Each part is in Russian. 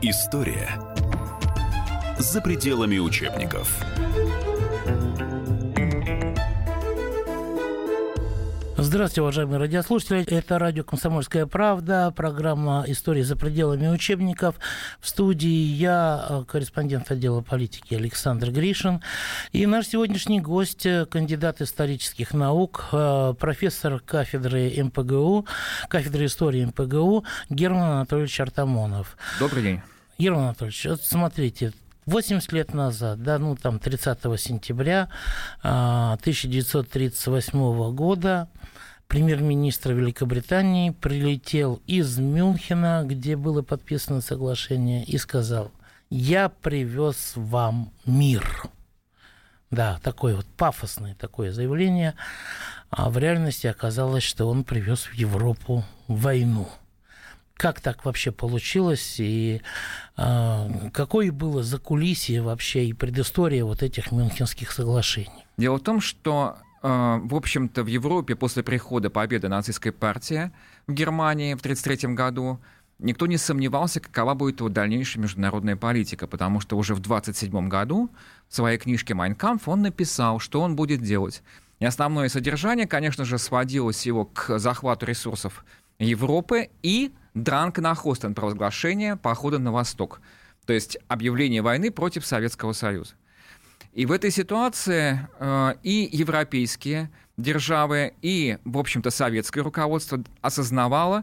История за пределами учебников. Здравствуйте, уважаемые радиослушатели. Это радио «Комсомольская правда», программа «История за пределами учебников». В студии я, корреспондент отдела политики Александр Гришин. И наш сегодняшний гость, кандидат исторических наук, профессор кафедры МПГУ, кафедры истории МПГУ Герман Анатольевич Артамонов. Добрый день. Герман Анатольевич, вот смотрите, 80 лет назад, 30 сентября 1938 года премьер-министр Великобритании прилетел из Мюнхена, где было подписано соглашение, и сказал: «Я привез вам мир». Да, такое вот пафосное такое заявление. А в реальности оказалось, что он привез в Европу войну. Как так вообще получилось, и какое было закулисье вообще и предыстория вот этих Мюнхенских соглашений? Дело в том, что, в общем-то, в Европе после прихода победы нацистской партии в Германии в 1933 году никто не сомневался, какова будет его дальнейшая международная политика, потому что уже в 1927 году в своей книжке «Майн кампф» он написал, что он будет делать. И основное содержание, конечно же, сводилось его к захвату ресурсов Европы и Дранкенахостен, провозглашение похода на восток, то есть объявление войны против Советского Союза. И в этой ситуации и европейские державы, и, в общем-то, советское руководство осознавало,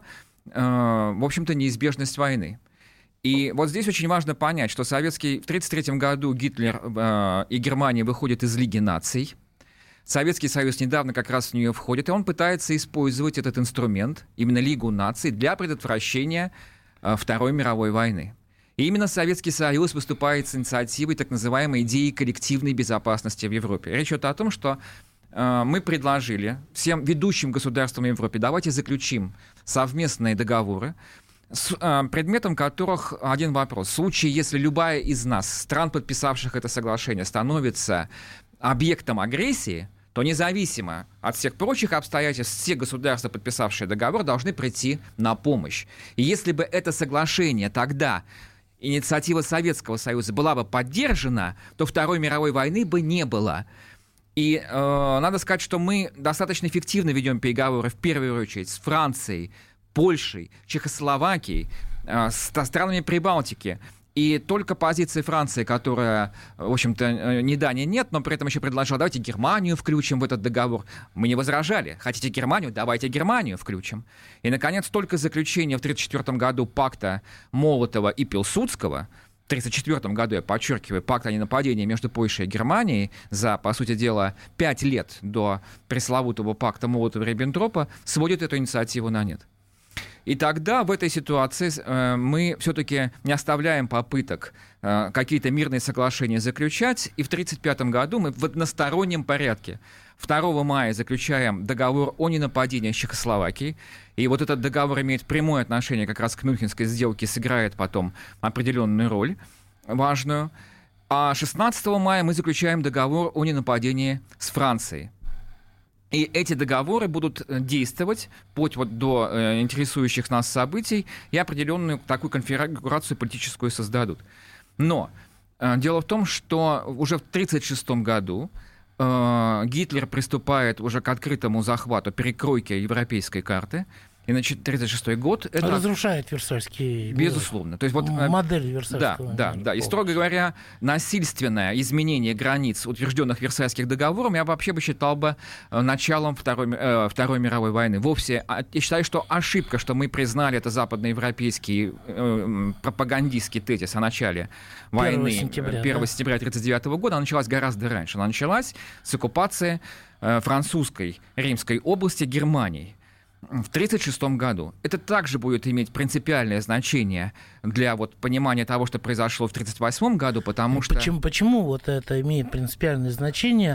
в общем-то, неизбежность войны. И вот здесь очень важно понять, что в 1933 году Гитлер и Германия выходят из Лиги наций. Советский Союз недавно как раз в нее входит, и он пытается использовать этот инструмент, именно Лигу наций, для предотвращения Второй мировой войны. И именно Советский Союз выступает с инициативой так называемой идеи коллективной безопасности в Европе. Речь идет о том, что мы предложили всем ведущим государствам Европы: давайте заключим совместные договоры, с предметом которых один вопрос. В случае, если любая из нас, стран, подписавших это соглашение, становится объектом агрессии, то независимо от всех прочих обстоятельств, все государства, подписавшие договор, должны прийти на помощь. И если бы это соглашение тогда, инициатива Советского Союза, была бы поддержана, то Второй мировой войны бы не было. И надо сказать, что мы достаточно эффективно ведем переговоры, в первую очередь, с Францией, Польшей, Чехословакией, с странами Прибалтики. И только позиция Франции, которая, в общем-то, ни да, ни нет, но при этом еще предложила: давайте Германию включим в этот договор. Мы не возражали. Хотите Германию? Давайте Германию включим. И, наконец, только заключение в 1934 году пакта Молотова и Пилсудского, в 1934 году, я подчеркиваю, пакт о ненападении между Польшей и Германией за, по сути дела, 5 лет до пресловутого пакта Молотова-Риббентропа, сводит эту инициативу на нет. И тогда в этой ситуации мы все-таки не оставляем попыток какие-то мирные соглашения заключать, и в 1935 году мы в одностороннем порядке 2 мая заключаем договор о ненападении с Чехословакией, и вот этот договор имеет прямое отношение как раз к Мюнхенской сделке, сыграет потом определенную роль важную. А 16 мая мы заключаем договор о ненападении с Францией. И эти договоры будут действовать вплоть вот до интересующих нас событий и определенную такую конфигурацию политическую создадут. Но дело в том, что уже в 1936 году Гитлер приступает уже к открытому захвату, перекройке европейской карты. И, значит, 1936 год... это разрушает Версальский... Безусловно. То есть, вот, модель Версальского... Да. И, строго говоря, насильственное изменение границ, утвержденных Версальским договором, я вообще бы считал бы началом Второй мировой войны. Вовсе, я считаю, что ошибка, что мы признали это западноевропейский пропагандистский тезис о начале войны 1 сентября 1939 года, она началась гораздо раньше. Она началась с оккупации французской Римской области Германией в 1936 году. Это также будет иметь принципиальное значение для вот понимания того, что произошло в 1938 году, потому что... Почему вот это имеет принципиальное значение,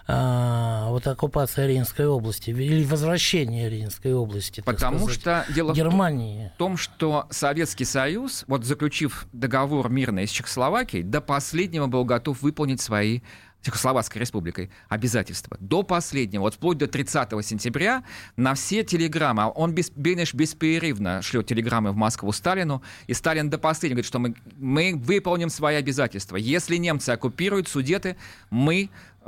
вот оккупация Рейнской области или возвращение Рейнской области, потому что дело Германии? В том, что Советский Союз, вот заключив договор мирный с Чехословакией, до последнего был готов выполнить свои Чехословацкой республикой, обязательства. До последнего, вот вплоть до 30 сентября, на все телеграммы, он Бенеш беспрерывно шлет телеграммы в Москву Сталину, и Сталин до последнего говорит, что мы выполним свои обязательства. Если немцы оккупируют Судеты, мы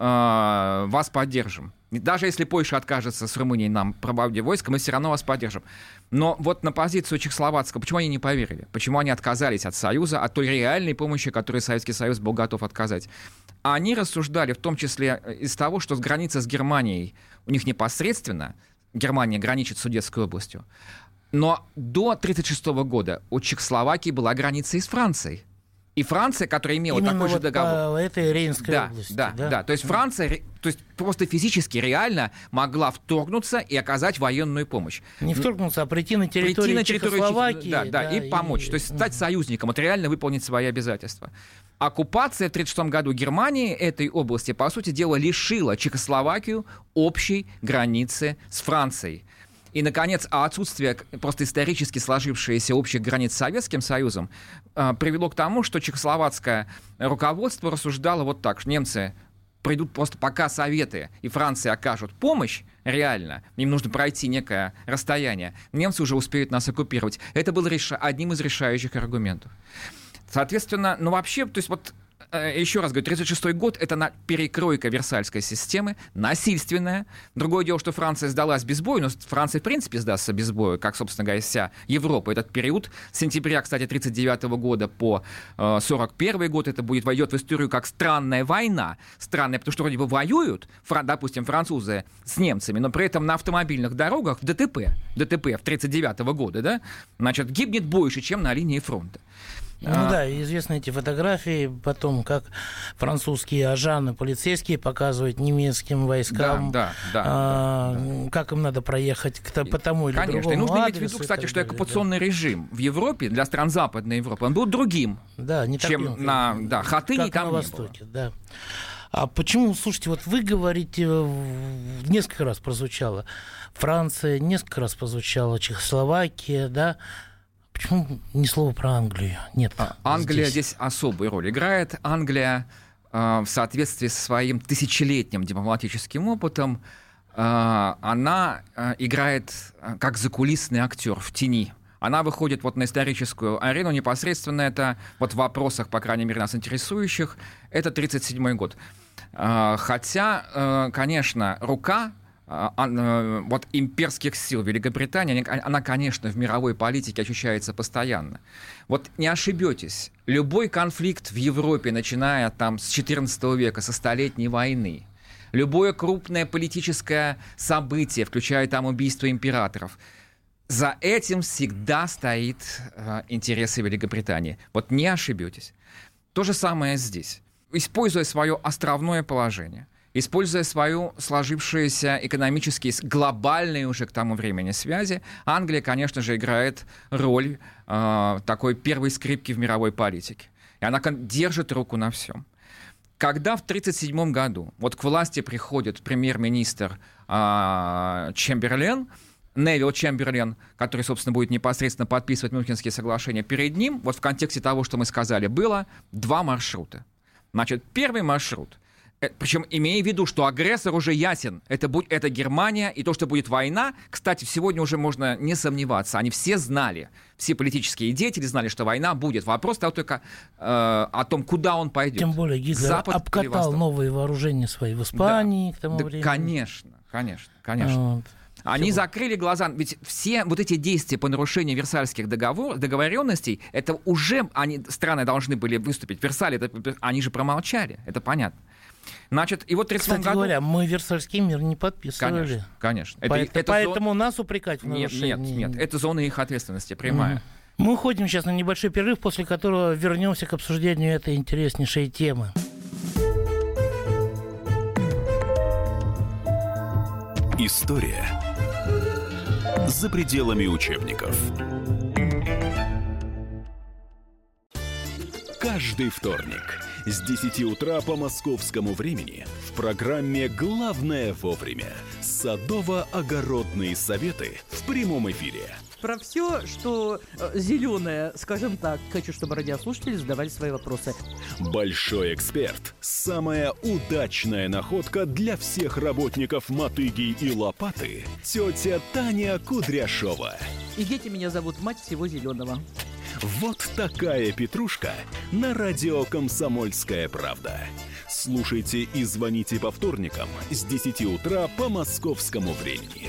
вас поддержим. Даже если Польша откажется с Румынией нам пробавить войск, мы все равно вас поддержим. Но вот на позицию чехословацкого, почему они не поверили? Почему они отказались от Союза, от той реальной помощи, которую Советский Союз был готов отказать? Они рассуждали в том числе из того, что граница с Германией у них непосредственно, Германия граничит с Судетской областью, но до 1936 года у Чехословакии была граница и с Францией. И Франция, которая имела именно такой же договор... по этой Рейнской области. Да. То есть Франция просто физически, реально могла вторгнуться и оказать военную помощь. Не вторгнуться, а прийти на территорию Чехословакии. И помочь. То есть стать союзником, вот реально выполнить свои обязательства. Оккупация в 1936 году Германии этой области, по сути дела, лишила Чехословакию общей границы с Францией. И, наконец, отсутствие просто исторически сложившейся общих границ с Советским Союзом привело к тому, что чехословацкое руководство рассуждало вот так, что немцы придут просто пока Советы и Франция окажут помощь реально, им нужно пройти некое расстояние, немцы уже успеют нас оккупировать. Это было одним из решающих аргументов. Соответственно, вообще, то есть вот еще раз говорю, 1936 год — это перекройка Версальской системы, насильственная. Другое дело, что Франция сдалась без боя, но Франция в принципе сдастся без боя, как, собственно говоря, вся Европа. Этот период с сентября, кстати, 1939 года по 1941 год, это войдет в историю как странная война. Странная, потому что вроде бы воюют, допустим, французы с немцами, но при этом на автомобильных дорогах в ДТП в 1939 года, да, значит, гибнет больше, чем на линии фронта. Известны эти фотографии, потом, как французские ажаны, полицейские показывают немецким войскам, как им надо проехать по тому или другому адресу. И нужно иметь в виду, кстати, что оккупационный режим в Европе, для стран Западной Европы, он был другим, чем на Хатыни, там на Востоке. Да. А почему, слушайте, вот вы говорите, несколько раз прозвучало Франция, несколько раз прозвучала Чехословакия, да? Почему ни слова про Англию? Нет. Англия здесь особую роль играет. Англия в соответствии со своим тысячелетним дипломатическим опытом, она играет как закулисный актер в тени. Она выходит вот на историческую арену непосредственно. Это вот в вопросах, по крайней мере, нас интересующих, это 1937 год. Хотя, конечно, рука вот имперских сил Великобритании, она, конечно, в мировой политике ощущается постоянно. Вот не ошибетесь, любой конфликт в Европе, начиная там с XIV века, со Столетней войны, любое крупное политическое событие, включая там убийство императоров, за этим всегда стоит интересы Великобритании. Вот не ошибетесь. То же самое здесь. Используя свое островное положение, используя свою сложившуюся экономические, глобальные уже к тому времени связи, Англия, конечно же, играет роль такой первой скрипки в мировой политике. И она держит руку на всем. Когда в 1937 году вот к власти приходит премьер-министр Чемберлен, Невилл Чемберлен, который, собственно, будет непосредственно подписывать Мюнхенские соглашения, перед ним, вот в контексте того, что мы сказали, было два маршрута. Значит, первый маршрут, причем имея в виду, что агрессор уже ясен, это Германия, и то, что будет война, кстати, сегодня уже можно не сомневаться, они все знали, все политические деятели знали, что война будет. Вопрос только о том, куда он пойдет. Тем более Гитлер обкатал новые вооружения свои в Испании к тому времени. Конечно. Они закрыли глаза, ведь все вот эти действия по нарушению Версальских договоренностей, это уже страны должны были выступить. Версаль, они же промолчали, это понятно. Значит, и вот в 1937 году... говоря, мы Версальский мир не подписывали. Конечно. Поэтому нас упрекать в нарушении... Нет, это зона их ответственности прямая. Мы уходим сейчас на небольшой перерыв, после которого вернемся к обсуждению этой интереснейшей темы. История за пределами учебников. Каждый вторник с 10 утра по московскому времени в программе «Главное вовремя» садово-огородные советы в прямом эфире. про все, что зеленое, скажем так. Хочу, чтобы радиослушатели задавали свои вопросы. Большой эксперт. Самая удачная находка для всех работников «Мотыги» и «Лопаты» — тетя Таня Кудряшова. И дети меня зовут мать всего зеленого. Вот такая петрушка на радио «Комсомольская правда». Слушайте и звоните по вторникам с 10 утра по московскому времени.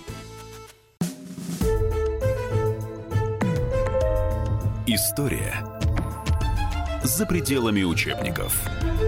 История за пределами учебников.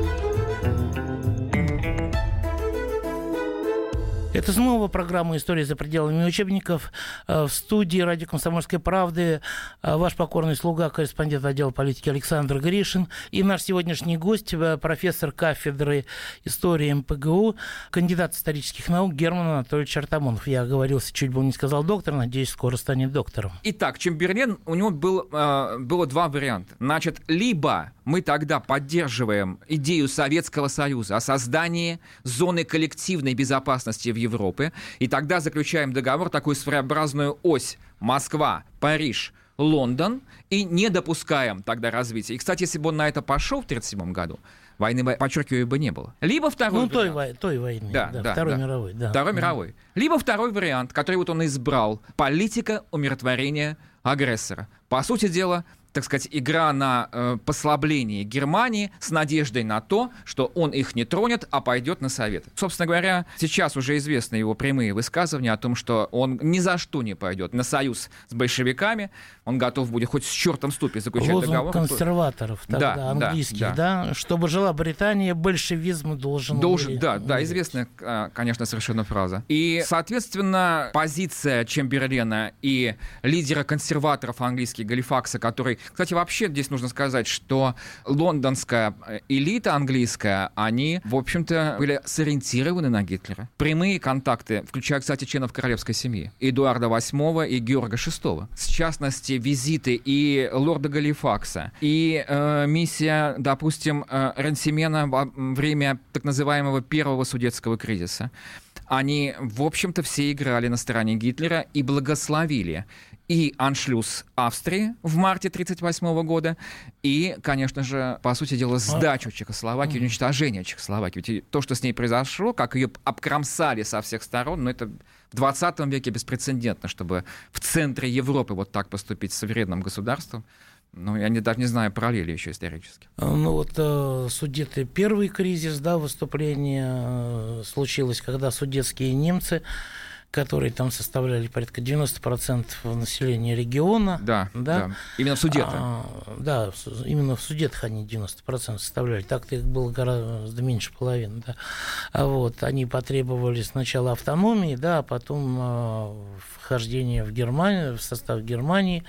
Это снова программа «История за пределами учебников». В студии радио «Комсомольской правды» ваш покорный слуга, корреспондент отдела политики Александр Гришин. И наш сегодняшний гость, профессор кафедры истории МПГУ, кандидат исторических наук Герман Анатольевич Артамонов. Я оговорился, чуть было не сказал доктор, надеюсь, скоро станет доктором. Итак, Чемберлен, у него было два варианта. Значит, либо мы тогда поддерживаем идею Советского Союза о создании зоны коллективной безопасности в Европе, и тогда заключаем договор, такую своеобразную ось Москва, Париж, Лондон, и не допускаем тогда развития. И, кстати, если бы он на это пошел в 1937 году, войны, подчеркиваю, бы не было. Либо второй вариант. той войны, Второй мировой. Да. Второй мировой. Либо второй вариант, который вот он избрал, политика умиротворения агрессора. По сути дела, так сказать, игра на послабление Германии с надеждой на то, что он их не тронет, а пойдет на Советы. Собственно говоря, сейчас уже известны его прямые высказывания о том, что он ни за что не пойдет на союз с большевиками, он готов будет хоть с чертом в ступе заключать лозунг договор. Консерваторов тогда, английских, да? Чтобы жила Британия, большевизм должен... Да, известная, конечно, совершенно фраза. И, соответственно, позиция Чемберлена и лидера консерваторов английских Галифакса, который... Кстати, вообще здесь нужно сказать, что лондонская элита английская, они, в общем-то, были сориентированы на Гитлера. Прямые контакты, включая, кстати, членов королевской семьи. Эдуарда VIII и Георга VI. В частности, визиты и лорда Галифакса, и миссия, допустим, Ренсимена во время так называемого первого судетского кризиса. Они, в общем-то, все играли на стороне Гитлера и благословили и аншлюз Австрии в марте 1938 года, и, конечно же, по сути дела, сдачу Чехословакии, уничтожение Чехословакии. Ведь то, что с ней произошло, как ее обкромсали со всех сторон, это в 20 веке беспрецедентно, чтобы в центре Европы вот так поступить с вредным государством. Я даже не знаю параллели еще исторически. Судеты, первый кризис, выступление случилось, когда судетские немцы, которые там составляли порядка 90% населения региона. Да. Именно в Судетах. Именно в Судетах они 90% составляли. Так-то их было гораздо меньше половины. Да. Они потребовали сначала автономии, а потом вхождения в Германию, в состав Германии.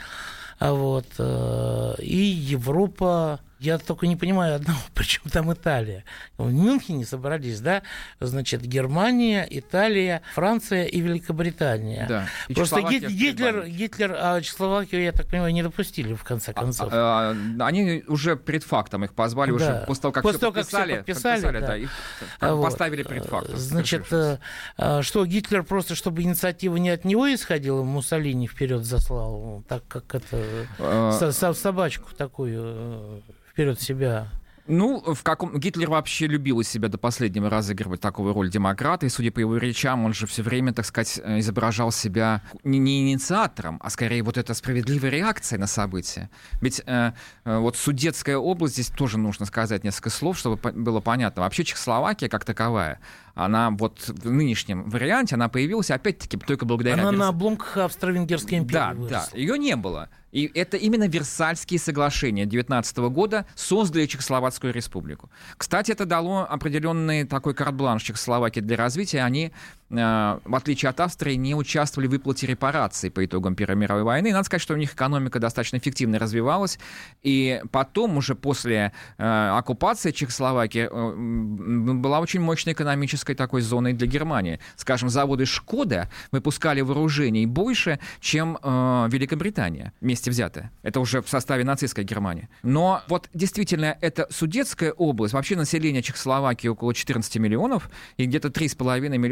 И Европа, я только не понимаю одного, причем там Италия. В Мюнхене собрались, Германия, Италия, Франция и Великобритания. Да. И просто Гитлер, Чехословакию, я так понимаю, не допустили в конце концов. Они уже перед фактом их позвали, уже после того, как все подписали, их поставили перед фактом. Что Гитлер просто, чтобы инициатива не от него исходила, Муссолини вперед заслал, так как это собачку такую вперед себя. Гитлер вообще любил из себя до последнего разыгрывать такую роль демократа, и, судя по его речам, он же все время, так сказать, изображал себя не инициатором, а скорее это справедливой реакцией на события. Ведь Судетская область, здесь тоже нужно сказать несколько слов, чтобы было понятно. Вообще Чехословакия как таковая, она в нынешнем варианте, она появилась, опять-таки, только благодаря... Она на обломках Австро-Венгерской империи выросла. Да, ее не было. И это именно Версальские соглашения 19 года создали Чехословацкую республику. Кстати, это дало определенный такой карт-бланш Чехословакии для развития. Они, в отличие от Австрии, не участвовали в выплате репараций по итогам Первой мировой войны. И надо сказать, что у них экономика достаточно эффективно развивалась. И потом, уже после оккупации Чехословакии, была очень мощной экономической такой зоной для Германии. Скажем, заводы «Шкода» выпускали вооружений больше, чем Великобритания вместе взятая. Это уже в составе нацистской Германии. Но действительно, это Судетская область, вообще население Чехословакии около 14 миллионов, и где-то 3,5 миллиона,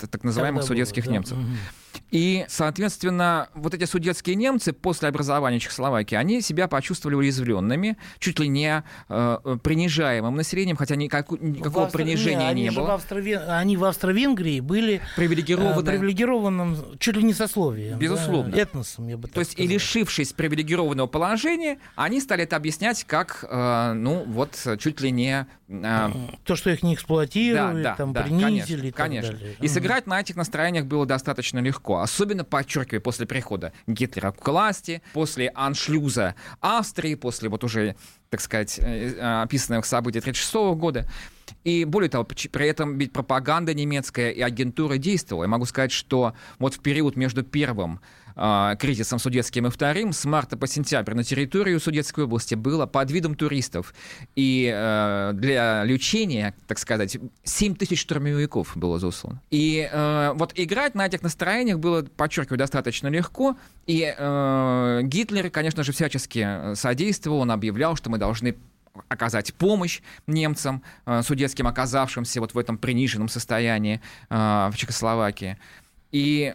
так называемых судетских немцев. И, соответственно, вот эти судетские немцы после образования Чехословакии, они себя почувствовали уязвленными, чуть ли не принижаемым населением, хотя никакого принижения не было. Они в Австро-Венгрии были привилегированным чуть ли не сословием. Безусловно. Да, этносом, я бы так сказал. То есть, и лишившись привилегированного положения, они стали это объяснять как, чуть ли не... То, что их не эксплуатировали, принизили конечно. и так далее. И сыграть на этих настроениях было достаточно легко. Особенно, подчеркиваю, после прихода Гитлера к власти, после аншлюза Австрии, после вот уже, так сказать, описанных событий 1936 года. И более того, при этом ведь пропаганда немецкая и агентура действовала. Я могу сказать, что вот в период между первым кризисом судетским и вторым с марта по сентябрь на территорию Судетской области было под видом туристов и для лечения, так сказать, 7 тысяч штурмовиков было заслано. И вот играть на этих настроениях было, подчеркиваю, достаточно легко. И Гитлер, конечно же, всячески содействовал, он объявлял, что мы должны оказать помощь немцам, судетским, оказавшимся вот в этом приниженном состоянии в Чехословакии. И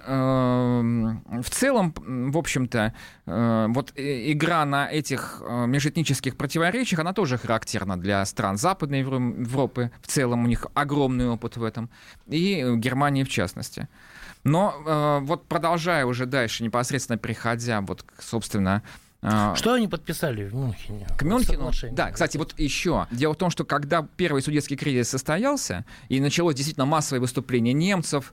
в целом, в общем-то, вот игра на этих межэтнических противоречиях, она тоже характерна для стран Западной Европы. В целом у них огромный опыт в этом. И Германии в частности. Но вот продолжая уже дальше, непосредственно переходя вот, собственно... Что они подписали в Мюнхене? К Мюнхену? Да, кстати, вот еще. Дело в том, что когда первый судетский кризис состоялся, и началось действительно массовое выступление немцев,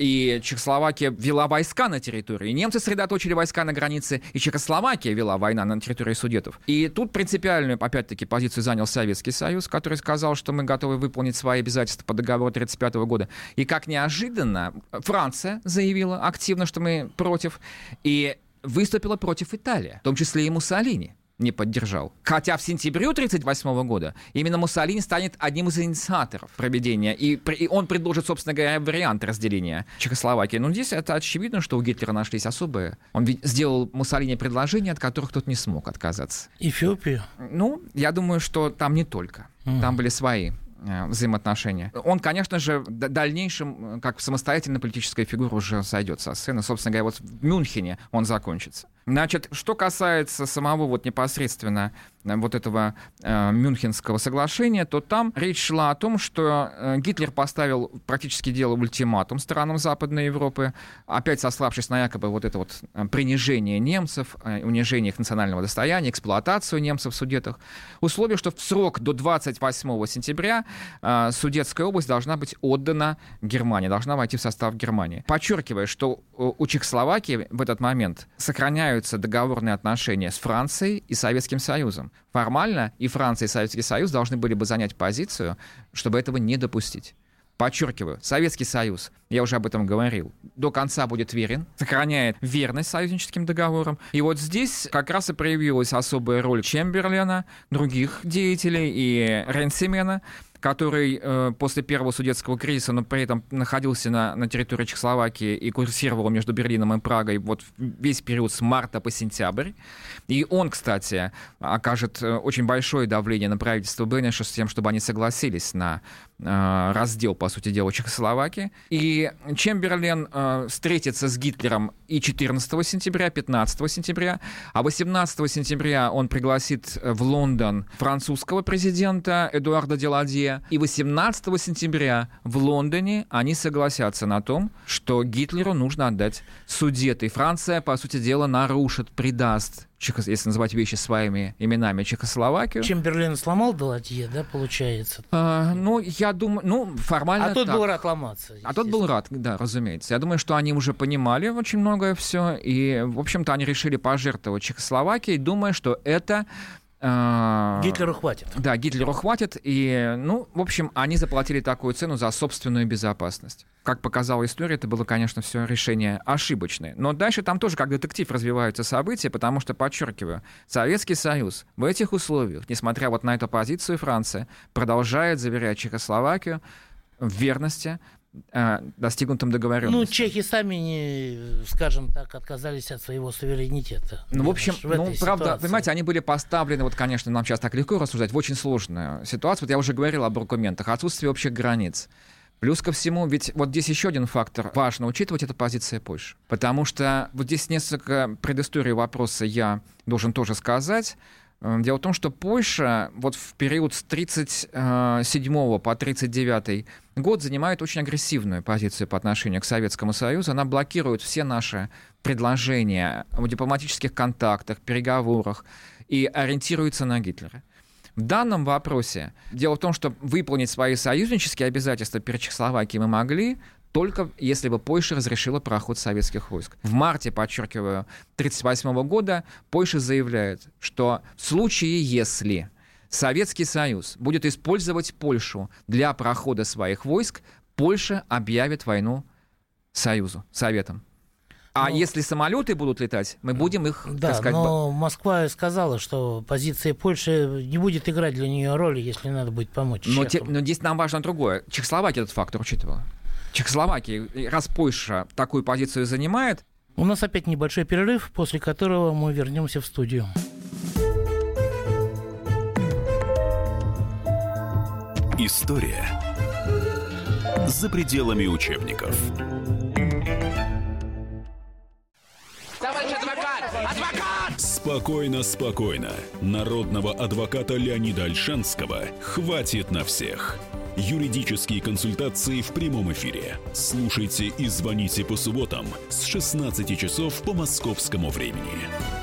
и Чехословакия ввела войска на территорию, и немцы сосредоточили войска на границе, и Чехословакия вела война на территории Судетов. И тут принципиальную, опять-таки, позицию занял Советский Союз, который сказал, что мы готовы выполнить свои обязательства по договору 1935 года. И как неожиданно Франция заявила активно, что мы против, и выступила против Италии, в том числе и Муссолини не поддержал. Хотя в сентябре 1938 года именно Муссолини станет одним из инициаторов проведения, и он предложит, собственно говоря, вариант разделения Чехословакии. Но здесь это очевидно, что у Гитлера нашлись особые. Он ведь сделал Муссолини предложения, от которых тот не смог отказаться. Эфиопию? Ну, я думаю, что там не только. Там были свои взаимоотношения. Он, конечно же, в дальнейшем, как самостоятельная политическая фигура, уже сойдет со сцены. Собственно говоря, вот в Мюнхене он закончится. Значит, что касается самого вот непосредственно вот этого Мюнхенского соглашения, то там речь шла о том, что Гитлер поставил практически дело ультиматум странам Западной Европы, опять сославшись на якобы вот это вот принижение немцев, унижение их национального достояния, эксплуатацию немцев в Судетах, условие, что в срок до 28 сентября Судетская область должна быть отдана Германии, должна войти в состав Германии. Подчеркивая, что у Чехословакии в этот момент сохраняются договорные отношения с Францией и Советским Союзом. Формально и Франция, и Советский Союз должны были бы занять позицию, чтобы этого не допустить. Подчеркиваю, Советский Союз, я уже об этом говорил, до конца будет верен, сохраняет верность союзническим договорам. И вот здесь как раз и проявилась особая роль Чемберлена, других деятелей и Рейнсемена, который после первого судетского кризиса, но при этом находился на территории Чехословакии и курсировал между Берлином и Прагой вот весь период с марта по сентябрь. И он, кстати, окажет очень большое давление на правительство Бенеша с тем, чтобы они согласились на раздел, по сути дела, Чехословакии. И Чемберлен встретится с Гитлером и 14 сентября, 15 сентября, а 18 сентября он пригласит в Лондон французского президента Эдуарда Деладье. И 18 сентября в Лондоне они согласятся на том, что Гитлеру нужно отдать Судеты. И Франция, по сути дела, нарушит, предаст, если называть вещи своими именами, Чехословакию. Чемберлен сломал Деладье, да, получается? Я думаю, формально так. А тот так. был рад ломаться. А тот был рад, да, разумеется. Я думаю, что они уже понимали очень многое все, и, в общем-то, они решили пожертвовать Чехословакией, думая, что это... Гитлеру хватит. Да, Гитлеру хватит, и, в общем, они заплатили такую цену за собственную безопасность. Как показала история, это было, конечно, все решение ошибочное. Но дальше там тоже, как детектив, развиваются события, потому что, подчеркиваю, Советский Союз в этих условиях, несмотря вот на эту позицию Франции, продолжает заверять Чехословакию в верности достигнутым договоренностям. Чехи сами, скажем так, отказались от своего суверенитета. В общем, правда, ситуации. понимаете, они были поставлены, вот, конечно, нам сейчас так легко рассуждать, в очень сложную ситуацию. Вот я уже говорил об аргументах. Отсутствие общих границ. Плюс ко всему, ведь вот здесь еще один фактор важно учитывать, это позиция Польши. Потому что вот здесь несколько предыстории вопроса я должен тоже сказать. Дело в том, что Польша вот в период с 1937 по 1939 год занимает очень агрессивную позицию по отношению к Советскому Союзу. Она блокирует все наши предложения о дипломатических контактах, переговорах и ориентируется на Гитлера. В данном вопросе дело в том, что выполнить свои союзнические обязательства перед Чехословакией мы могли, только если бы Польша разрешила проход советских войск. В марте, подчеркиваю, 1938 года Польша заявляет, что в случае, если Советский Союз будет использовать Польшу для прохода своих войск, Польша объявит войну Союзу, Советам. А если самолеты будут летать, мы будем их, да, так сказать... но Москва сказала, что позиция Польши не будет играть для нее роли, если надо будет помочь чехам. Но здесь нам важно другое. Чехословакия этот фактор учитывала. Чехословакия, раз Польша такую позицию занимает... У нас опять небольшой перерыв, после которого мы вернемся в студию. История за пределами учебников. Товарищ адвокат! Адвокат! Спокойно, спокойно. Народного адвоката Леонида Ольшанского хватит на всех. Юридические консультации в прямом эфире. Слушайте и звоните по субботам с 16 часов по московскому времени.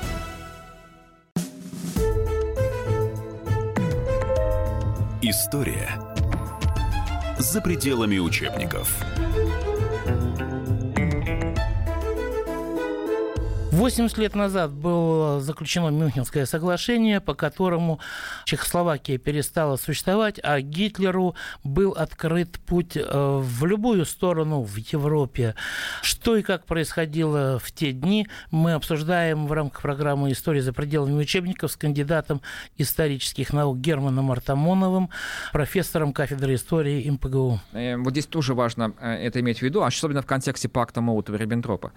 История за пределами учебников. 80 лет назад было заключено Мюнхенское соглашение, по которому Чехословакия перестала существовать, а Гитлеру был открыт путь в любую сторону в Европе. Что и как происходило в те дни, мы обсуждаем в рамках программы «История за пределами учебников» с кандидатом исторических наук Германом Артамоновым, профессором кафедры истории МПГУ. Вот здесь тоже важно это иметь в виду, особенно в контексте пакта Молотова-Риббентропа.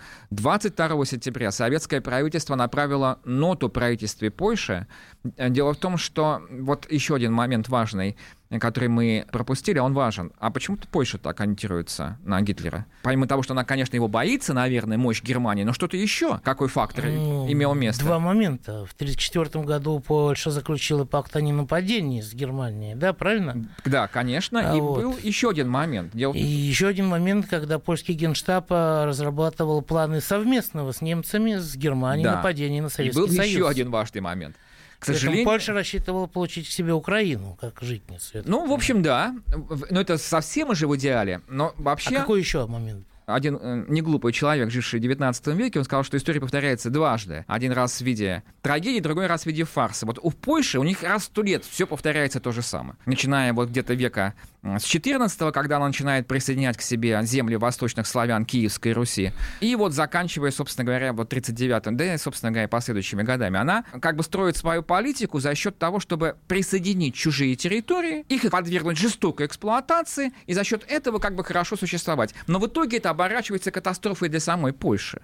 22 сентября советское правительство направило ноту правительству Польши. Дело в том, что вот еще один момент важный, который мы пропустили, он важен. А почему-то Польша так ориентируется на Гитлера. Помимо того, что она, конечно, его боится, наверное, мощь Германии, но что-то еще, какой фактор имел место? Два момента. В 1934 году Польша заключила пакт о ненападении с Германией, да, правильно? Да, конечно. И был еще один момент. И еще один момент, когда польский генштаб разрабатывал планы совместного с немцами, с Германией, нападения на Советский Союз. И был еще один важный момент. К сожалению, Польша рассчитывала получить к себе Украину как житницу. Ну, в общем, да. Но это совсем уже в идеале. Но вообще... А какой еще момент? Один неглупый человек, живший в XIX веке, он сказал, что история повторяется дважды. Один раз в виде трагедии, другой раз в виде фарса. Вот у Польши, у них раз в 100 лет все повторяется то же самое. Начиная вот где-то века с 14-го, когда она начинает присоединять к себе земли восточных славян Киевской Руси, и вот заканчивая, собственно говоря, вот 39-м, да и, собственно говоря, последующими годами, она как бы строит свою политику за счет того, чтобы присоединить чужие территории, их подвергнуть жестокой эксплуатации, и за счет этого как бы хорошо существовать. Но в итоге это оборачивается катастрофой для самой Польши.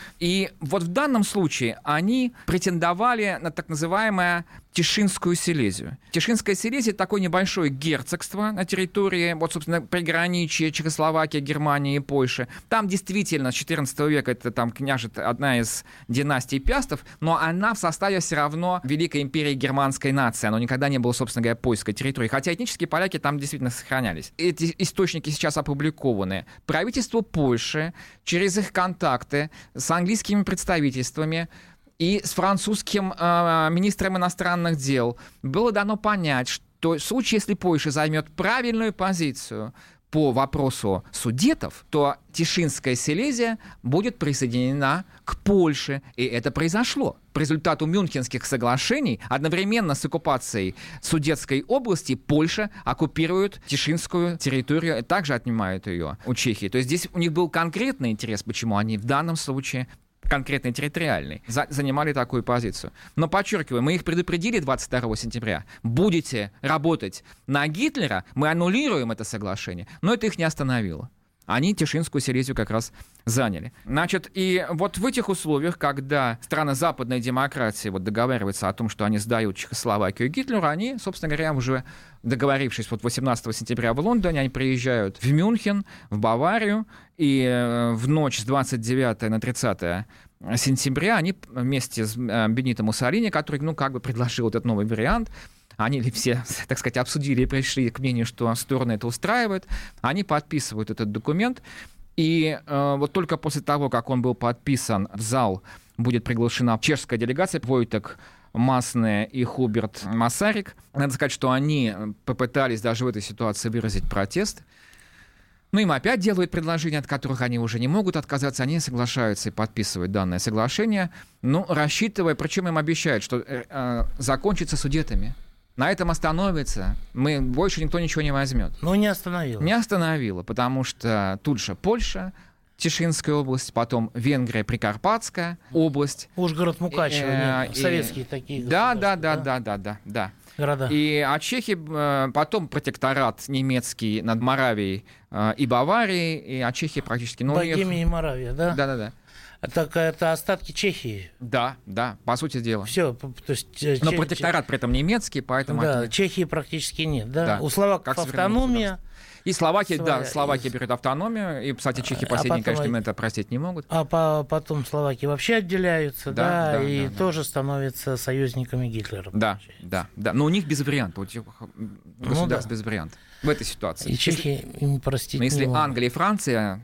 И вот в данном случае они претендовали на так называемое Тишинскую Силезию. Тишинская Силезия — это такое небольшое герцогство на территории, вот, собственно, приграничья Чехословакии, Германии и Польши. Там действительно с XIV века это там княжит одна из династий Пястов, но она в составе все равно Великой империи германской нации. Она никогда не была, собственно говоря, польской территорией. Хотя этнические поляки там действительно сохранялись. Эти источники сейчас опубликованы. Правительство Польши через их контакты с английскими представительствами и с французским министром иностранных дел было дано понять, что в случае, если Польша займет правильную позицию по вопросу Судетов, то Тишинская Силезия будет присоединена к Польше. И это произошло. По результату Мюнхенских соглашений одновременно с оккупацией Судетской области Польша оккупирует Тишинскую территорию и также отнимает ее у Чехии. То есть здесь у них был конкретный интерес, почему они в данном случае конкретно территориальный, занимали такую позицию. Но, подчеркиваю, мы их предупредили 22 сентября. Будете работать на Гитлера, мы аннулируем это соглашение. Но это их не остановило. Они Тишинскую Силезию как раз заняли. Значит, и вот в этих условиях, когда страны западной демократии вот договариваются о том, что они сдают Чехословакию Гитлеру, они, собственно говоря, уже договорившись вот 18 сентября в Лондоне, они приезжают в Мюнхен, в Баварию, и в ночь с 29 на 30 сентября они вместе с Бенито Муссолини, который, предложил этот новый вариант, они все, так сказать, обсудили и пришли к мнению, что стороны это устраивает. Они подписывают этот документ. И вот только после того, как он был подписан, в зал будет приглашена чешская делегация, Войтек Масне и Хуберт Масарик. Надо сказать, что они попытались даже в этой ситуации выразить протест. Но им опять делают предложения, от которых они уже не могут отказаться. Они соглашаются и подписывают данное соглашение, рассчитывая, причем им обещают, что закончится Судетами. На этом остановится, больше никто ничего не возьмет. Но не остановило. Не остановило, потому что тут же Польша, Тишинская область, потом Венгрия, Прикарпатская область. Ужгород, Мукачево, советские такие государства. Да. Города. А чехи, потом протекторат немецкий над Моравией и Баварией, а Чехия практически... Богемия и Моравия, да? Да. Так это остатки Чехии. Да, по сути дела. Все, то есть... Но протекторат при этом немецкий, поэтому... Да, Чехии практически нет, да? У словаков автономия. И Словакия берет автономию, и, кстати, чехи последние, конечно, им это простить не могут. А потом словаки вообще отделяются, и тоже становятся союзниками Гитлера. Да. Но у них без варианта, у этих государств без варианта в этой ситуации. И чехи им простить не могут. Если Англия и Франция...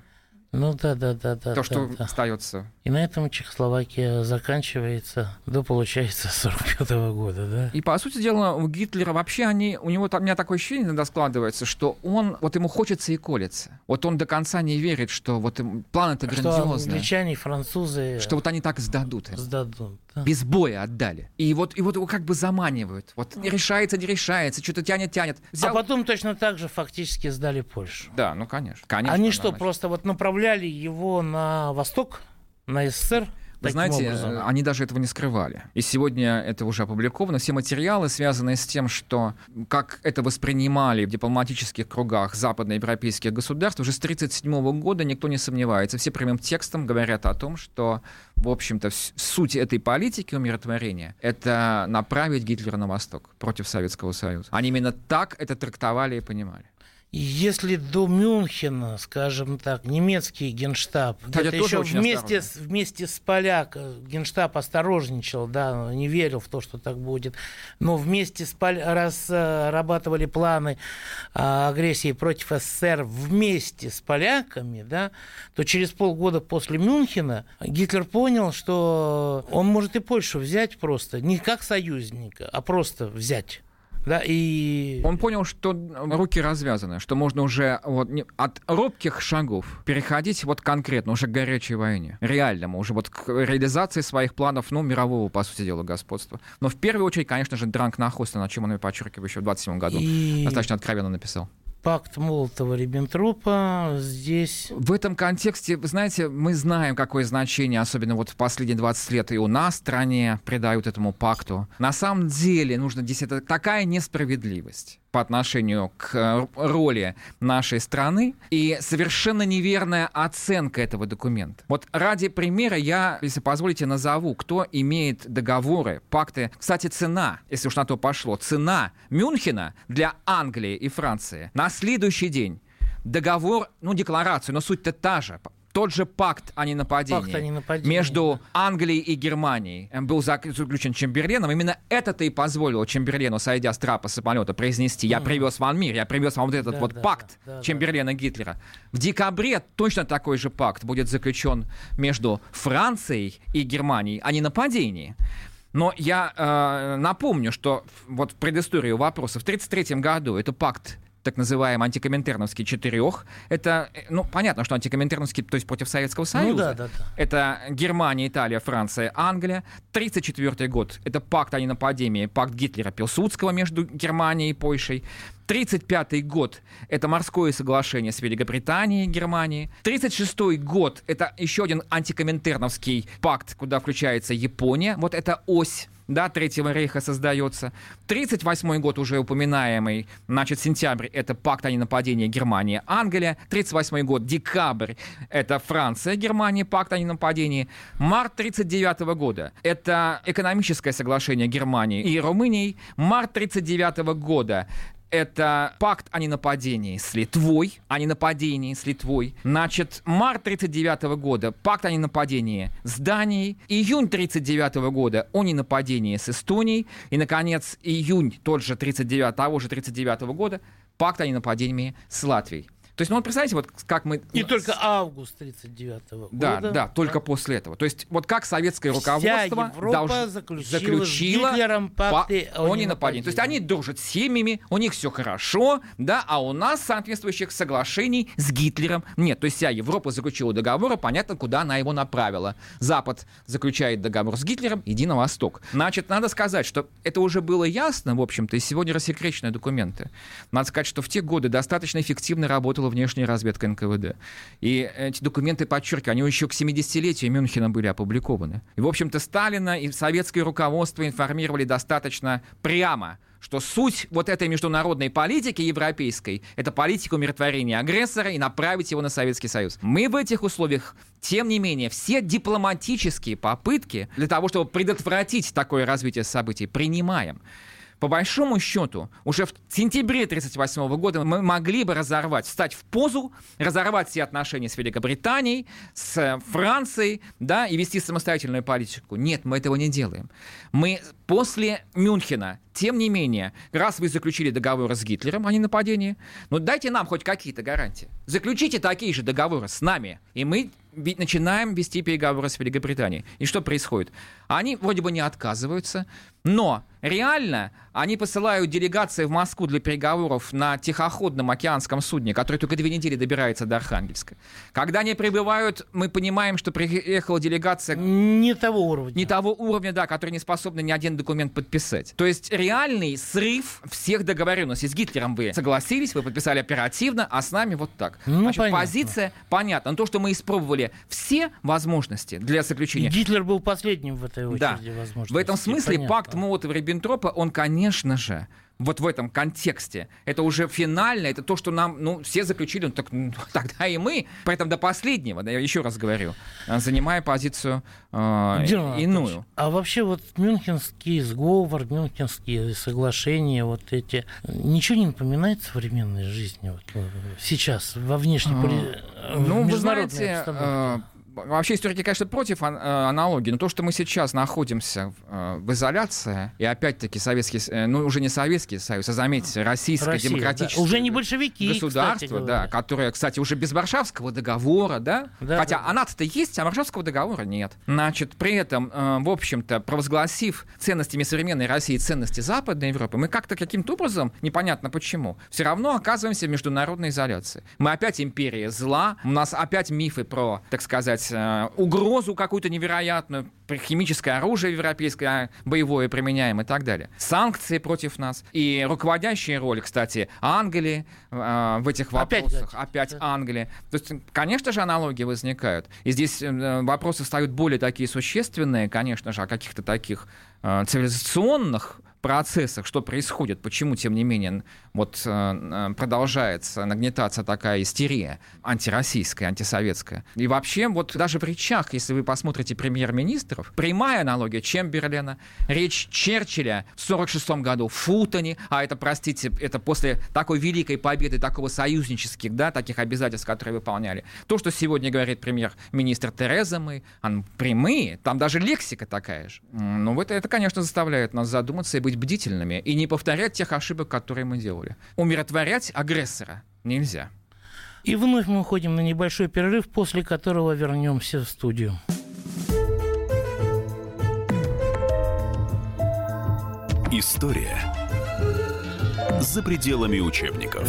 То, что остается. И на этом Чехословакия заканчивается получается, 1945 года, да? И, по сути дела, у Гитлера вообще у меня такое ощущение иногда складывается, что ему хочется и колется. Вот он до конца не верит, что план-то грандиозный. Что англичане, французы... Что они так сдадут. Да. Без боя отдали. И его как бы заманивают. Не решается, что-то тянет. А потом точно так же фактически сдали Польшу. Да, конечно. Они что, просто направляли его на восток, на СССР? Вы знаете, они даже этого не скрывали. И сегодня это уже опубликовано. Все материалы, связанные с тем, как это воспринимали в дипломатических кругах западноевропейских государств, уже с 1937 года никто не сомневается. Все прямым текстом говорят о том, что, в общем-то, суть этой политики умиротворения — это направить Гитлера на восток против Советского Союза. Они именно так это трактовали и понимали. Если до Мюнхена, скажем так, немецкий генштаб, это еще вместе с Генштаб осторожничал, не верил в то, что так будет, но вместе разрабатывали планы агрессии против СССР вместе с поляками, то через полгода после Мюнхена Гитлер понял, что он может и Польшу взять просто, не как союзника, а просто взять. И... Он понял, что руки развязаны, что можно уже от робких шагов переходить конкретно уже к горячей войне, реальному, уже к реализации своих планов, мирового, по сути дела, господства. Но в первую очередь, конечно же, Дранг Нахостен, о чем он, подчеркиваю, еще в 27 году достаточно откровенно написал. Пакт Молотова-Риббентропа здесь... В этом контексте, вы знаете, мы знаем, какое значение, особенно в последние 20 лет и у нас в стране придают этому пакту. На самом деле, это такая несправедливость по отношению к роли нашей страны и совершенно неверная оценка этого документа. Ради примера я, если позволите, назову, кто имеет договоры, пакты. Кстати, цена, если уж на то пошло, цена Мюнхена для Англии и Франции на следующий день. Договор, декларацию, но суть-то та же. Тот же пакт о ненападении между Англией и Германией был заключен Чемберленом. Именно это-то и позволило Чемберлену, сойдя с трапа самолета, произнести: «Я привез вам мир, я привез вам пакт Чемберлена и Гитлера». В декабре точно такой же пакт будет заключен между Францией и Германией о ненападении. Но я напомню, что в предысторию вопроса в 1933 году это пакт так называемый антикоминтерновский 4. Это, понятно, что антикоминтерновский, то есть против Советского Союза. Да. Это Германия, Италия, Франция, Англия. 1934 год — это пакт о ненападении, пакт Гитлера-Пилсудского между Германией и Польшей. 1935 год — это морское соглашение с Великобританией и Германией. 1936 год — это еще один антикоминтерновский пакт, куда включается Япония. Это ось да, Третьего рейха создается. 1938 год уже упоминаемый, значит, сентябрь — это пакт о ненападении Германия, Англия. 1938 год, декабрь — это Франция, Германия, пакт о ненападении. Март 1939 года — это экономическое соглашение Германии и Румынии. Март 1939 года — это пакт о ненападении с Литвой, Значит, март 1939 года пакт о ненападении с Данией, июнь 1939 года о ненападении с Эстонией, и, наконец, июнь того же 1939 года пакт о ненападении с Латвией. То есть, ну вот представьте, вот как мы... И только август 1939 года. Да, только после этого. То есть, вот как советское руководство заключило Гитлером пакты о ненападении. То есть, они дружат с семьями, у них все хорошо, да, а у нас соответствующих соглашений с Гитлером нет. То есть, вся Европа заключила договор, понятно, куда она его направила. Запад заключает договор с Гитлером, иди на восток. Значит, надо сказать, что это уже было ясно, в общем-то, и сегодня рассекречены документы. Надо сказать, что в те годы достаточно эффективно работала внешняя разведка НКВД. И эти документы, подчеркиваю, они еще к 70-летию Мюнхена были опубликованы. И, в общем-то, Сталина и советское руководство информировали достаточно прямо, что суть вот этой международной политики европейской — это политика умиротворения агрессора и направить его на Советский Союз. Мы в этих условиях, тем не менее, все дипломатические попытки для того, чтобы предотвратить такое развитие событий, принимаем. По большому счету, уже в сентябре 1938 года мы могли бы встать в позу, разорвать все отношения с Великобританией, с Францией, да, и вести самостоятельную политику. Нет, мы этого не делаем. Мы после Мюнхена, тем не менее, раз вы заключили договоры с Гитлером о ненападении, ну дайте нам хоть какие-то гарантии. Заключите такие же договоры с нами, и мы начинаем вести переговоры с Великобританией. И что происходит? Они вроде бы не отказываются, но реально они посылают делегации в Москву для переговоров на тихоходном океанском судне, который только 2 недели добирается до Архангельска. Когда они прибывают, мы понимаем, что приехала делегация... Не того уровня, да, который не способна ни один документ подписать. То есть реальный срыв всех договоренностей. С Гитлером вы согласились, вы подписали оперативно, а с нами вот так. Значит, позиция понятна. Но то, что мы испробовали все возможности для заключения... И Гитлер был последним в этой очереди возможностей. В этом смысле пакт Молотова-Риббентропа, он, конечно же, вот в этом контексте, это уже финально, это то, что нам, все заключили, тогда и мы, поэтому до последнего, да, я еще раз говорю, занимая позицию иную. А вообще вот Мюнхенский сговор, Мюнхенские соглашения, вот эти, ничего не напоминает современной жизни вот, сейчас, во внешней международной обстановке? Вообще историки, конечно, против аналогии, но то, что мы сейчас находимся в изоляции, и опять-таки Советский, уже не Советский Союз, а, заметьте, Российское демократическое уже не большевики, государство, да, которое, кстати, уже без Варшавского договора, да, хотя НАТО-то есть, а Варшавского договора нет. Значит, при этом, в общем-то, провозгласив ценностями современной России ценности Западной Европы, мы как-то каким-то образом, непонятно почему, все равно оказываемся в международной изоляции. Мы опять империя зла, у нас опять мифы про, так сказать, угрозу какую-то невероятную, химическое оружие европейское, боевое применяем и так далее. Санкции против нас. И руководящая роль, кстати, Англии в этих вопросах. Опять Англия. То есть, конечно же, аналогии возникают. И здесь вопросы встают более такие существенные, конечно же, о каких-то таких цивилизационных процессах, что происходит, почему, тем не менее, вот продолжается нагнетаться такая истерия антироссийская, антисоветская. И вообще, вот даже в речах, если вы посмотрите премьер-министров, прямая аналогия Чемберлена, речь Черчилля в 1946 году в Фултоне, а это, простите, это после такой великой победы, такого союзнических, да, таких обязательств, которые выполняли. То, что сегодня говорит премьер-министр Тереза Мэй, прямые, там даже лексика такая же. Ну, это, конечно, заставляет нас задуматься и быть бдительными, и не повторять тех ошибок, которые мы делали. Умиротворять агрессора нельзя. И вновь мы уходим на небольшой перерыв, после которого вернемся в студию. История за пределами учебников.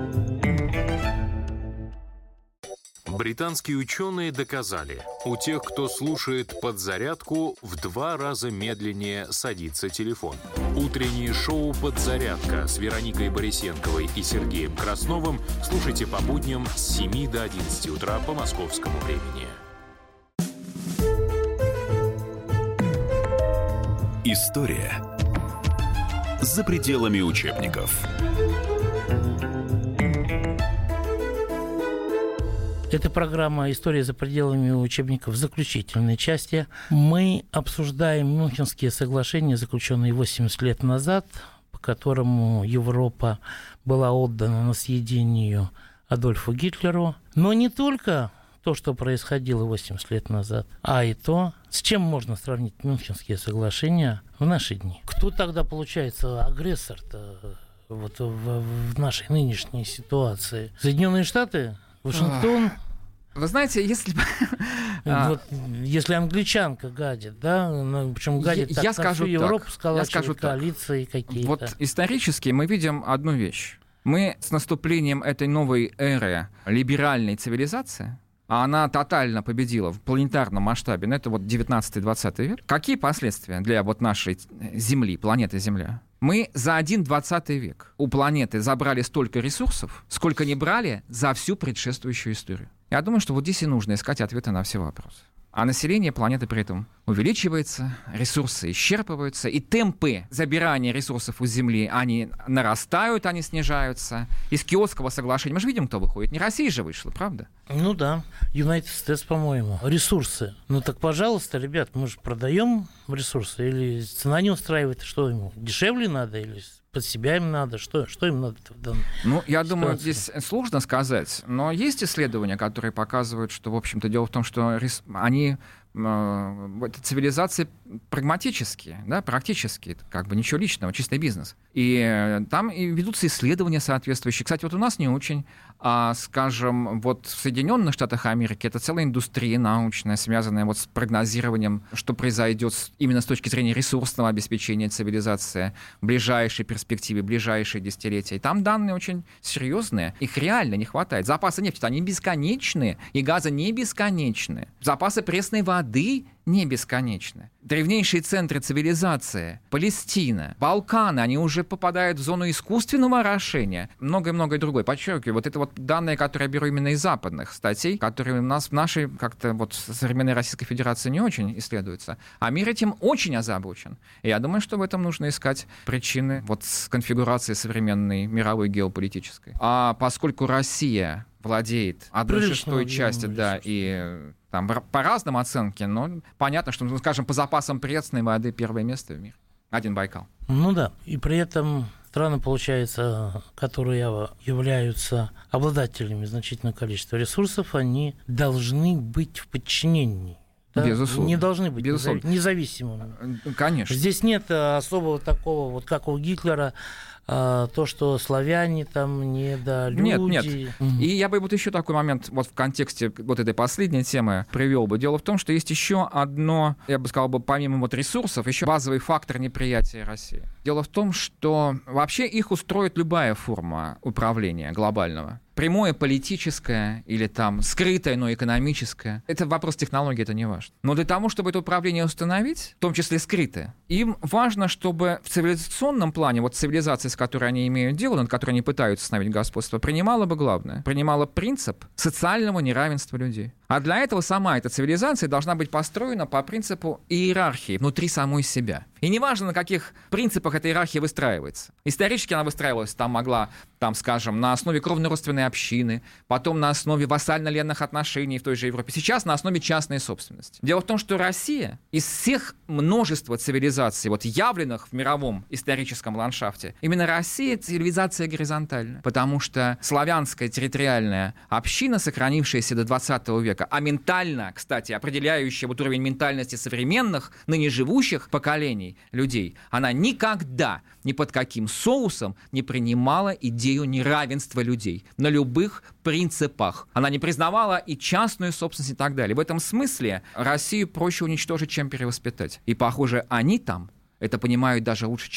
Британские ученые доказали, у тех, кто слушает «Подзарядку», в 2 раза медленнее садится телефон. Утреннее шоу «Подзарядка» с Вероникой Борисенковой и Сергеем Красновым слушайте по будням с 7 до 11 утра по московскому времени. История за пределами учебников. Это программа «История за пределами учебников» в заключительной части. Мы обсуждаем Мюнхенские соглашения, заключенные 80 лет назад, по которому Европа была отдана на съедение Адольфу Гитлеру. Но не только то, что происходило 80 лет назад, а и то, с чем можно сравнить Мюнхенские соглашения в наши дни. Кто тогда, получается, агрессор-то вот в нашей нынешней ситуации? Соединенные Штаты? Вашингтон? Вы знаете, если бы... Вот, если англичанка гадит, да, причем гадит так на всю Европу, сколачивает коалиции какие-то. Вот исторически мы видим одну вещь. Мы с наступлением этой новой эры либеральной цивилизации, а она тотально победила в планетарном масштабе, это вот 19-20 век. Какие последствия для вот нашей Земли, планеты Земля? Мы за один 20 век у планеты забрали столько ресурсов, сколько не брали за всю предшествующую историю. Я думаю, что вот здесь и нужно искать ответы на все вопросы. А население планеты при этом увеличивается, ресурсы исчерпываются, и темпы забирания ресурсов у Земли, они нарастают, они снижаются. Из Киотского соглашения мы же видим, кто выходит. Не Россия же вышла, правда? Ну да, United States, по-моему. Ресурсы. Ну так, пожалуйста, ребят, мы же продаем ресурсы. Или цена не устраивает, что ему, дешевле надо, или под себя им надо? Что им надо-то в данном Ну, я думаю, ситуации? здесь сложно сказать, но есть исследования, которые показывают, что, в общем-то, дело в том, что они цивилизации прагматические, да, практические, это как бы ничего личного, чистый бизнес. И там и ведутся исследования соответствующие. Кстати, вот у нас не очень, скажем, вот в Соединенных Штатах Америки это целая индустрия научная, связанная вот с прогнозированием, что произойдет именно с точки зрения ресурсного обеспечения цивилизации в ближайшей перспективе, ближайшие десятилетия. И там данные очень серьезные, их реально не хватает. Запасы нефти, они бесконечные, и газа не бесконечные. Запасы пресной воды не бесконечны. Древнейшие центры цивилизации, Палестина, Балканы, они уже попадают в зону искусственного орошения. Многое-многое другое. Подчеркиваю, вот это вот данные, которые я беру именно из западных статей, которые у нас в нашей как-то вот современной Российской Федерации не очень исследуются. А мир этим очень озабочен. И я думаю, что в этом нужно искать причины вот с конфигурацией современной мировой геополитической. А поскольку Россия владеет 1/6 части, да, и там по разным оценкам, но понятно, что, ну, скажем, по запасам пресной воды первое место в мире. Один Байкал. Ну да, и при этом страны, получается, которые являются обладателями значительного количества ресурсов, они должны быть в подчинении. Да? Безусловно. Не должны быть Безусловно. независимыми. Конечно. Здесь нет особого такого, вот как у Гитлера, то, что славяне там недолюди. Нет. И я бы вот еще такой момент вот в контексте вот этой последней темы привел бы. Дело в том, что есть еще одно, я бы сказал, помимо вот ресурсов, еще базовый фактор неприятия России. Дело в том, что вообще их устроит любая форма управления глобального. Прямое политическое или там скрытое, но экономическое. Это вопрос технологии, это не важно. Но для того, чтобы это управление установить, в том числе скрытое, им важно, чтобы в цивилизационном плане, вот цивилизация, с которой они имеют дело, над которой они пытаются установить господство, принимала бы главное, принимала принцип социального неравенства людей. А для этого сама эта цивилизация должна быть построена по принципу иерархии внутри самой себя. И неважно, на каких принципах эта иерархия выстраивается. Исторически она выстраивалась, там могла, там, скажем, на основе кровно-родственной общины, потом на основе вассально-ленных отношений в той же Европе, сейчас на основе частной собственности. Дело в том, что Россия из всех множества цивилизаций, вот явленных в мировом историческом ландшафте, именно Россия цивилизация горизонтальная, потому что славянская территориальная община, сохранившаяся до 20 века, а ментально, кстати, определяющая вот уровень ментальности современных, ныне живущих поколений людей, она никогда ни под каким соусом не принимала идею неравенства людей на любых принципах. Она не признавала и частную собственность и так далее. В этом смысле Россию проще уничтожить, чем перевоспитать. И, похоже, они там это понимают даже лучше, чем мы.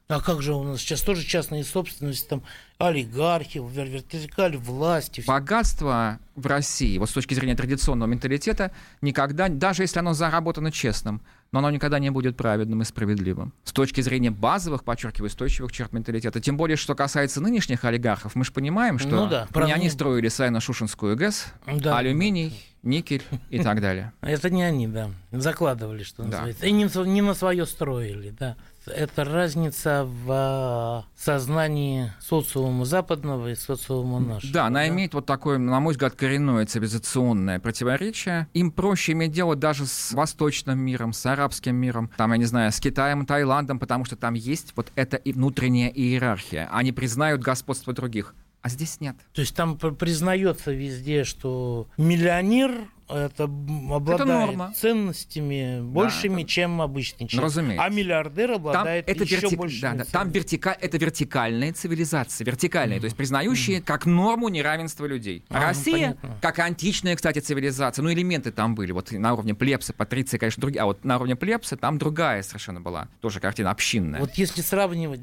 А как же у нас сейчас тоже частная собственность, там олигархи, вертикаль власти. Богатство в России, вот с точки зрения традиционного менталитета, никогда, даже если оно заработано честным, но оно никогда не будет праведным и справедливым. С точки зрения базовых, подчеркиваю, устойчивых черт менталитета. Тем более, что касается нынешних олигархов, мы же понимаем, что не они строили Саяно-Шушенскую ГЭС, алюминий, никель и так далее. Это не они, да. Закладывали, что называется. И не на свое строили, да. Это разница в сознании социума западного и социума нашего. Да, она имеет вот такое, на мой взгляд, коренное цивилизационное противоречие. Им проще иметь дело даже с восточным миром, с арабским миром, там, я не знаю, с Китаем, Таиландом, потому что там есть вот эта и внутренняя иерархия. Они признают господство других. А здесь нет. То есть там признается везде, что миллионер это обладает ценностями большими, чем обычный человек. Разумеется. А миллиардер обладает еще большими ценностями. Там это вертикальная цивилизация, то есть признающие как норму неравенство людей. Россия, как античная, кстати, цивилизация, элементы там были, вот на уровне плебса, патриции, конечно, другие, а вот на уровне плебса там другая совершенно была, тоже картина общинная. Вот если сравнивать,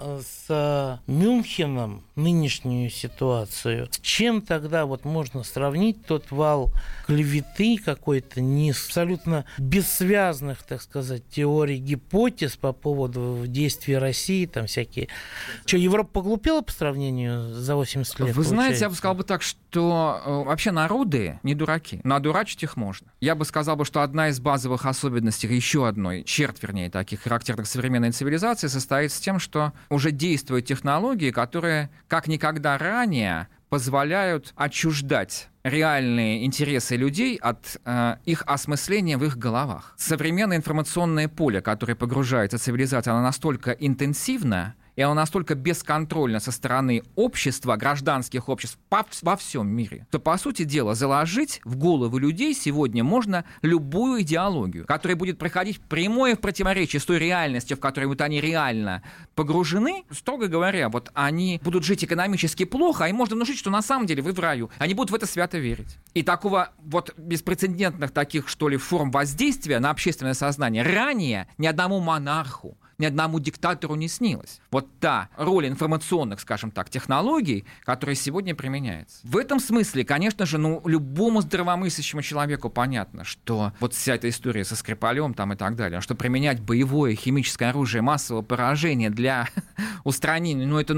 с Мюнхеном нынешнюю ситуацию, с чем тогда вот можно сравнить тот вал клеветы какой-то, не абсолютно бессвязных, так сказать, теорий, гипотез по поводу действий России, там всякие. Что, Европа поглупела по сравнению за 80 лет? Вы знаете, я бы сказал так, что вообще народы не дураки, но одурачить их можно. Я бы сказал, что одна из базовых особенностей, еще одной черт, таких характерных современной цивилизации, состоит в том, что уже действуют технологии, которые как никогда ранее позволяют отчуждать реальные интересы людей от их осмысления в их головах. Современное информационное поле, которое погружается в цивилизацию, оно настолько интенсивно, и оно настолько бесконтрольно со стороны общества, гражданских обществ во всем мире, то, по сути дела, заложить в головы людей сегодня можно любую идеологию, которая будет проходить прямое в противоречие с той реальностью, в которой вот они реально погружены. Строго говоря, вот они будут жить экономически плохо, а им можно внушить, что на самом деле вы в раю. Они будут в это свято верить. И такого вот беспрецедентных таких, что ли, форм воздействия на общественное сознание ранее ни одному монарху, ни одному диктатору не снилось. Вот та роль информационных, скажем так, технологий, которая сегодня применяется. В этом смысле, конечно же, любому здравомыслящему человеку понятно, что вот вся эта история со Скрипалем там и так далее, что применять боевое химическое оружие массового поражения для устранения, это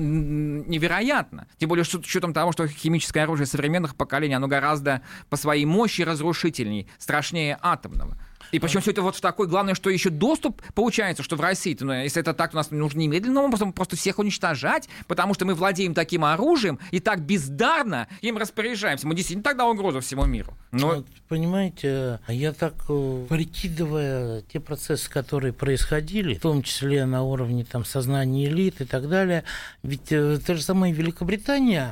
невероятно. Тем более, что с учетом того, что химическое оружие современных поколений, оно гораздо по своей мощи разрушительней, страшнее атомного. И причем все это вот в такой, главное, что еще доступ получается, что в России, если это так, то нас нужно немедленным образом просто всех уничтожать, потому что мы владеем таким оружием и так бездарно им распоряжаемся. Мы действительно тогда угроза всему миру. Но... Понимаете, я так, прикидывая те процессы, которые происходили, в том числе на уровне сознания элит и так далее, ведь та же самая Великобритания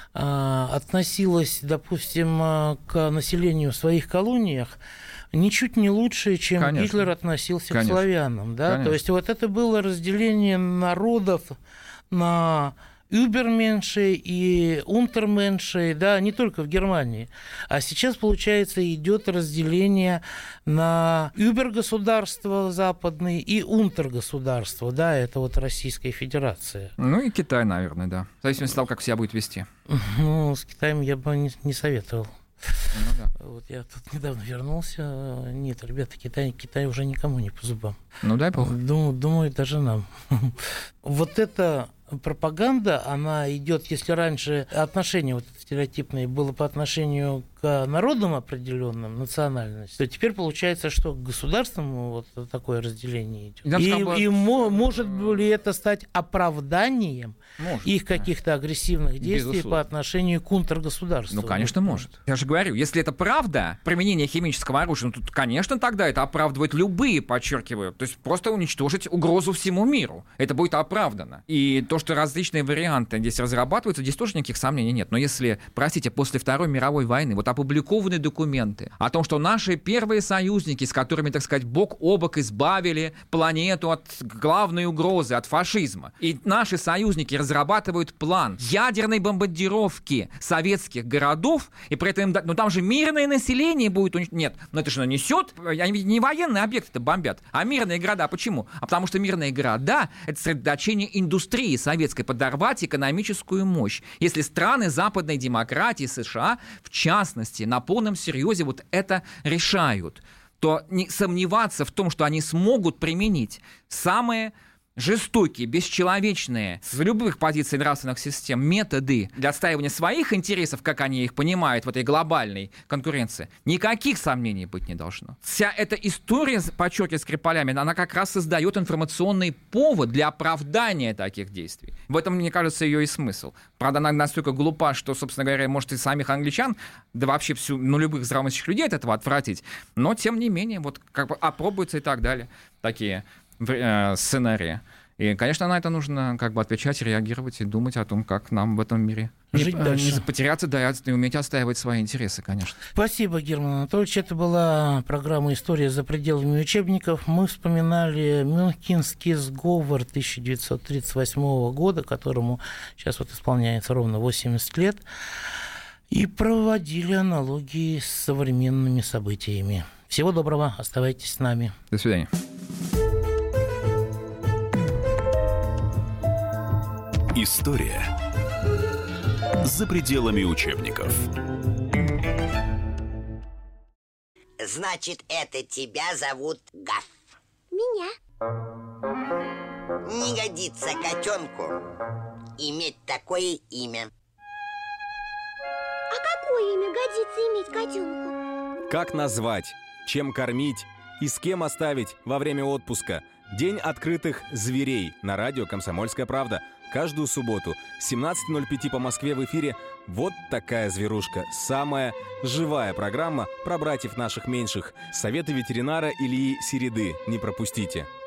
относилась, допустим, к населению в своих колониях ничуть не лучше, чем Гитлер относился к славянам. Да? То есть вот это было разделение народов на Übermenschen и Untermenschen, да, не только в Германии. А сейчас, получается, идет разделение на Überгосударства западные и Unterгосударства, да, это вот Российская Федерация. И Китай, наверное, да. В зависимости от того, как себя будет вести. С Китаем я бы не советовал. Вот я тут недавно вернулся. Нет, ребята, Китай уже никому не по зубам. Дай бог. Думаю, даже нам. Вот эта пропаганда, она идет, если раньше отношение вот стереотипное было по отношению к народам определенным, национальности, то теперь получается, что к государствам вот такое разделение идет. И может ли это стать оправданием их каких-то агрессивных действий, безусловно, по отношению к унтергосударству? Конечно, может. Я же говорю, если это правда, применение химического оружия, то, конечно, тогда это оправдывает любые, подчеркиваю, то есть просто уничтожить угрозу всему миру. Это будет оправдано. И то, что различные варианты здесь разрабатываются, здесь тоже никаких сомнений нет. Но если, простите, после Второй мировой войны, вот опубликованные документы о том, что наши первые союзники, с которыми, так сказать, бок о бок избавили планету от главной угрозы, от фашизма, и наши союзники разрабатывают план ядерной бомбардировки советских городов, и при этом, ну там же мирное население будет... Нет, но это же нанесет... Они ведь не военные объекты бомбят, а мирные города. Почему? А потому что мирные города — это сосредоточение индустрии советской, подорвать экономическую мощь. Если страны западной демократии, США, в частности, на полном серьезе вот это решают, то не сомневаться в том, что они смогут применить самые жестокие, бесчеловечные, с любых позиций нравственных систем, методы для отстаивания своих интересов, как они их понимают в этой глобальной конкуренции, никаких сомнений быть не должно. Вся эта история, подчеркиваю, Скрипалями, она как раз создает информационный повод для оправдания таких действий. В этом, мне кажется, ее и смысл. Правда, она настолько глупа, что, собственно говоря, может и самих англичан, да вообще любых здравомыслящих людей от этого отвратить, но, тем не менее, вот как бы опробуются и так далее такие сценарии. И, конечно, на это нужно как бы отвечать, реагировать и думать о том, как нам в этом мире жить дальше. Не потеряться, да, и уметь отстаивать свои интересы, конечно. Спасибо, Герман Анатольевич. Это была программа «История за пределами учебников». Мы вспоминали Мюнхенский сговор 1938 года, которому сейчас вот исполняется ровно 80 лет, и проводили аналогии с современными событиями. Всего доброго, оставайтесь с нами. До свидания. История за пределами учебников. Значит, это тебя зовут Гаф? Меня. Не годится котенку иметь такое имя. А какое имя годится иметь котенку? Как назвать, чем кормить и с кем оставить во время отпуска? День открытых зверей на радио «Комсомольская правда». Каждую субботу с 17:05 по Москве в эфире «Вот такая зверушка». Самая живая программа про братьев наших меньших. Советы ветеринара Ильи Середы. Не пропустите.